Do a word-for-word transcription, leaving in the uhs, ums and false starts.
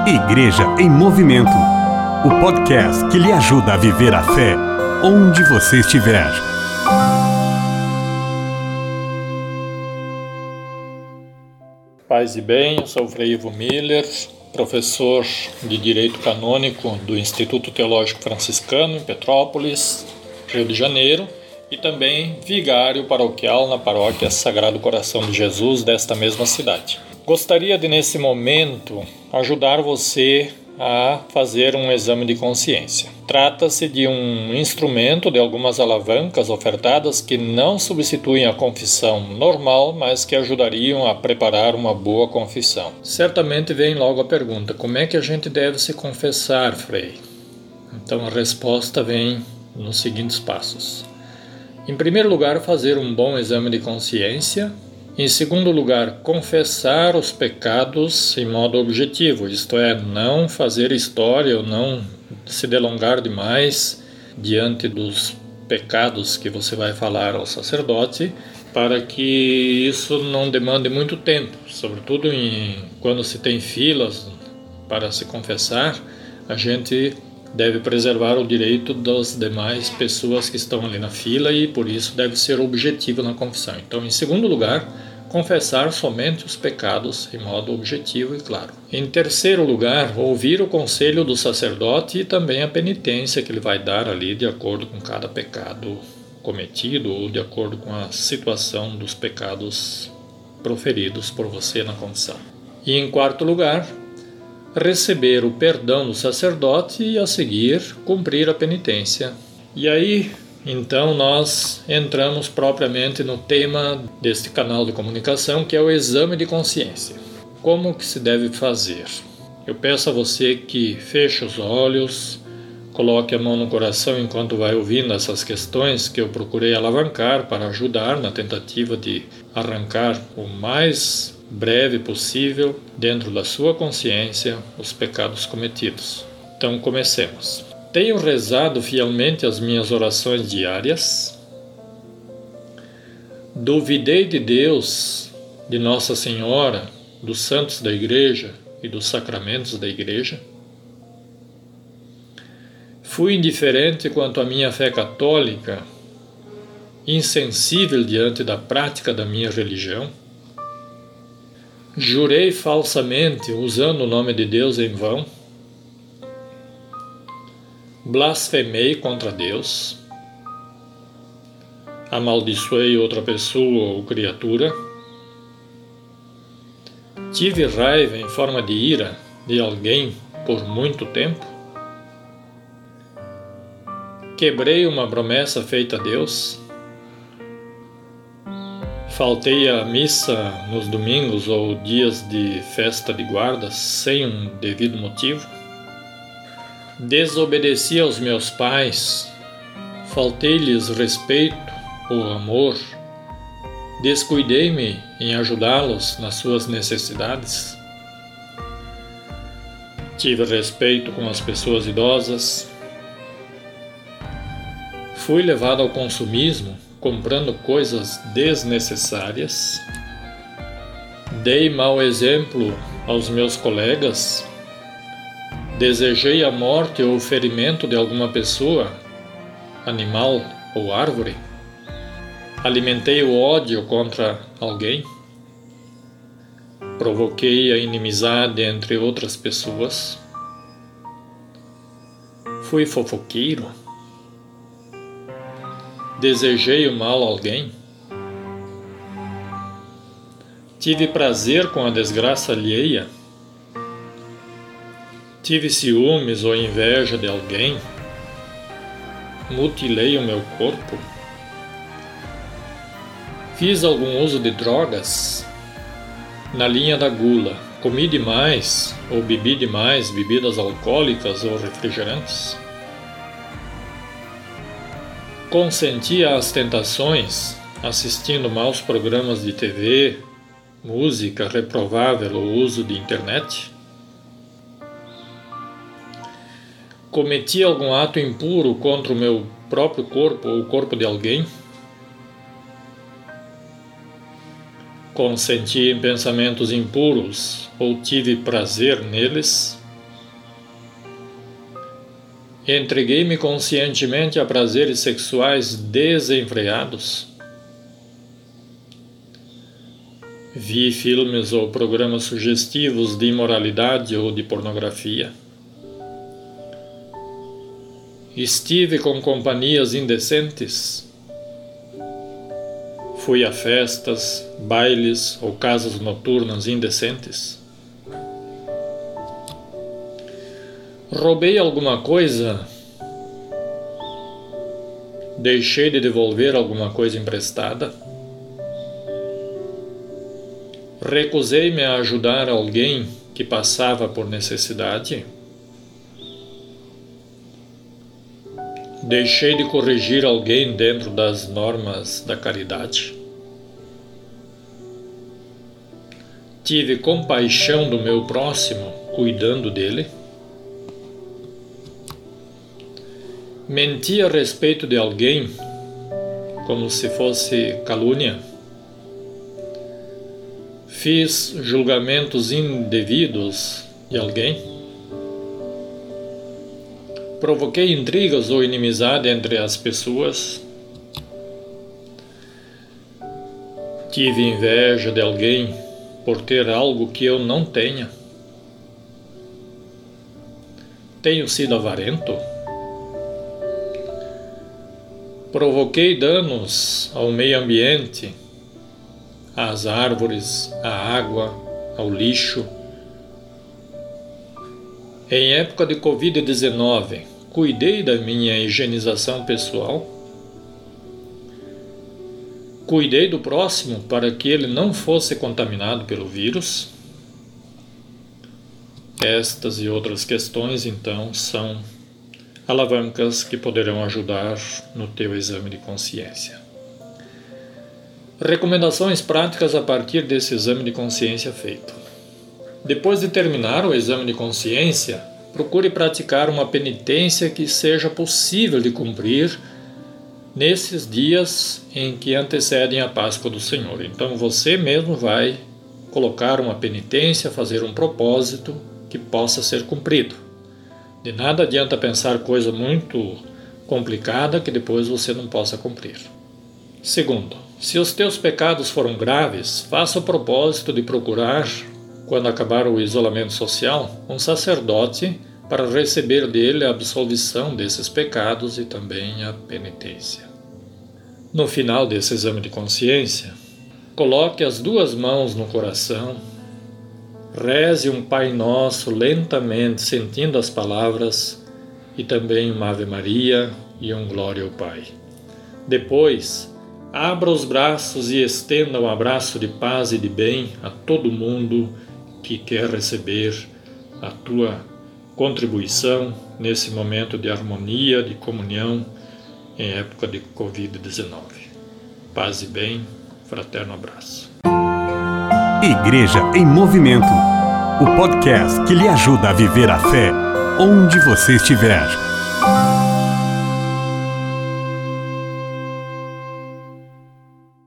Igreja em Movimento, o podcast que lhe ajuda a viver a fé onde você estiver. Paz e bem, eu sou o Frei Ivo Miller, professor de Direito Canônico do Instituto Teológico Franciscano em Petrópolis, Rio de Janeiro, e também vigário paroquial na paróquia Sagrado Coração de Jesus desta mesma cidade. Gostaria de, nesse momento, ajudar você a fazer um exame de consciência. Trata-se de um instrumento de algumas alavancas ofertadas que não substituem a confissão normal, mas que ajudariam a preparar uma boa confissão. Certamente vem logo a pergunta: como é que a gente deve se confessar, Frei? Então a resposta vem nos seguintes passos. Em primeiro lugar, fazer um bom exame de consciência. Em segundo lugar, confessar os pecados em modo objetivo, isto é, não fazer história ou não se delongar demais diante dos pecados que você vai falar ao sacerdote, para que isso não demande muito tempo, sobretudo em, quando se tem filas para se confessar. A gente deve preservar o direito das demais pessoas que estão ali na fila e por isso deve ser objetivo na confissão. Então, em segundo lugar, confessar somente os pecados em modo objetivo e claro. Em terceiro lugar, ouvir o conselho do sacerdote e também a penitência que ele vai dar ali de acordo com cada pecado cometido ou de acordo com a situação dos pecados proferidos por você na confissão. E em quarto lugar, receber o perdão do sacerdote e a seguir cumprir a penitência. E aí, então, nós entramos propriamente no tema deste canal de comunicação, que é o exame de consciência. Como que se deve fazer? Eu peço a você que feche os olhos, coloque a mão no coração enquanto vai ouvindo essas questões que eu procurei alavancar para ajudar na tentativa de arrancar o mais breve possível, dentro da sua consciência, os pecados cometidos. Então, comecemos. Tenho rezado fielmente as minhas orações diárias. Duvidei de Deus, de Nossa Senhora, dos santos da Igreja e dos sacramentos da Igreja. Fui indiferente quanto à minha fé católica, insensível diante da prática da minha religião. Jurei falsamente, usando o nome de Deus em vão. Blasfemei contra Deus. Amaldiçoei outra pessoa ou criatura. Tive raiva em forma de ira de alguém por muito tempo. Quebrei uma promessa feita a Deus. Faltei à missa nos domingos ou dias de festa de guarda sem um devido motivo. Desobedeci aos meus pais, faltei-lhes respeito ou amor, descuidei-me em ajudá-los nas suas necessidades. Tive respeito com as pessoas idosas. Fui levado ao consumismo, comprando coisas desnecessárias. Dei mau exemplo aos meus colegas. Desejei a morte ou o ferimento de alguma pessoa, animal ou árvore. Alimentei o ódio contra alguém. Provoquei a inimizade entre outras pessoas. Fui fofoqueiro. Desejei o mal a alguém. Tive prazer com a desgraça alheia. Tive ciúmes ou inveja de alguém. Mutilei o meu corpo. Fiz algum uso de drogas. Na linha da gula, comi demais ou bebi demais bebidas alcoólicas ou refrigerantes. Consenti às tentações, assistindo maus programas de T V, música reprovável ou uso de internet. Cometi algum ato impuro contra o meu próprio corpo ou o corpo de alguém. Consenti em pensamentos impuros ou tive prazer neles. Entreguei-me conscientemente a prazeres sexuais desenfreados? Vi filmes ou programas sugestivos de imoralidade ou de pornografia? Estive com companhias indecentes? Fui a festas, bailes ou casas noturnas indecentes? Roubei alguma coisa? Deixei de devolver alguma coisa emprestada? Recusei-me a ajudar alguém que passava por necessidade? Deixei de corrigir alguém dentro das normas da caridade? Tive compaixão do meu próximo, cuidando dele? Menti a respeito de alguém, como se fosse calúnia? Fiz julgamentos indevidos de alguém? Provoquei intrigas ou inimizade entre as pessoas? Tive inveja de alguém por ter algo que eu não tenha? Tenho sido avarento? Provoquei danos ao meio ambiente, às árvores, à água, ao lixo? Em época de covid dezenove, cuidei da minha higienização pessoal? Cuidei do próximo para que ele não fosse contaminado pelo vírus? Estas e outras questões, então, são alavancas que poderão ajudar no teu exame de consciência. Recomendações práticas a partir desse exame de consciência feito. Depois de terminar o exame de consciência, procure praticar uma penitência que seja possível de cumprir nesses dias em que antecedem a Páscoa do Senhor. Então você mesmo vai colocar uma penitência, fazer um propósito que possa ser cumprido. De nada adianta pensar coisa muito complicada que depois você não possa cumprir. Segundo, se os teus pecados foram graves, faça o propósito de procurar, quando acabar o isolamento social, um sacerdote para receber dele a absolvição desses pecados e também a penitência. No final desse exame de consciência, coloque as duas mãos no coração, reze um Pai Nosso lentamente, sentindo as palavras, e também uma Ave Maria e um Glória ao Pai. Depois, abra os braços e estenda um abraço de paz e de bem a todo mundo que quer receber a tua contribuição nesse momento de harmonia, de comunhão, em época de covid dezenove. Paz e bem, fraterno abraço. Igreja em Movimento, o podcast que lhe ajuda a viver a fé onde você estiver.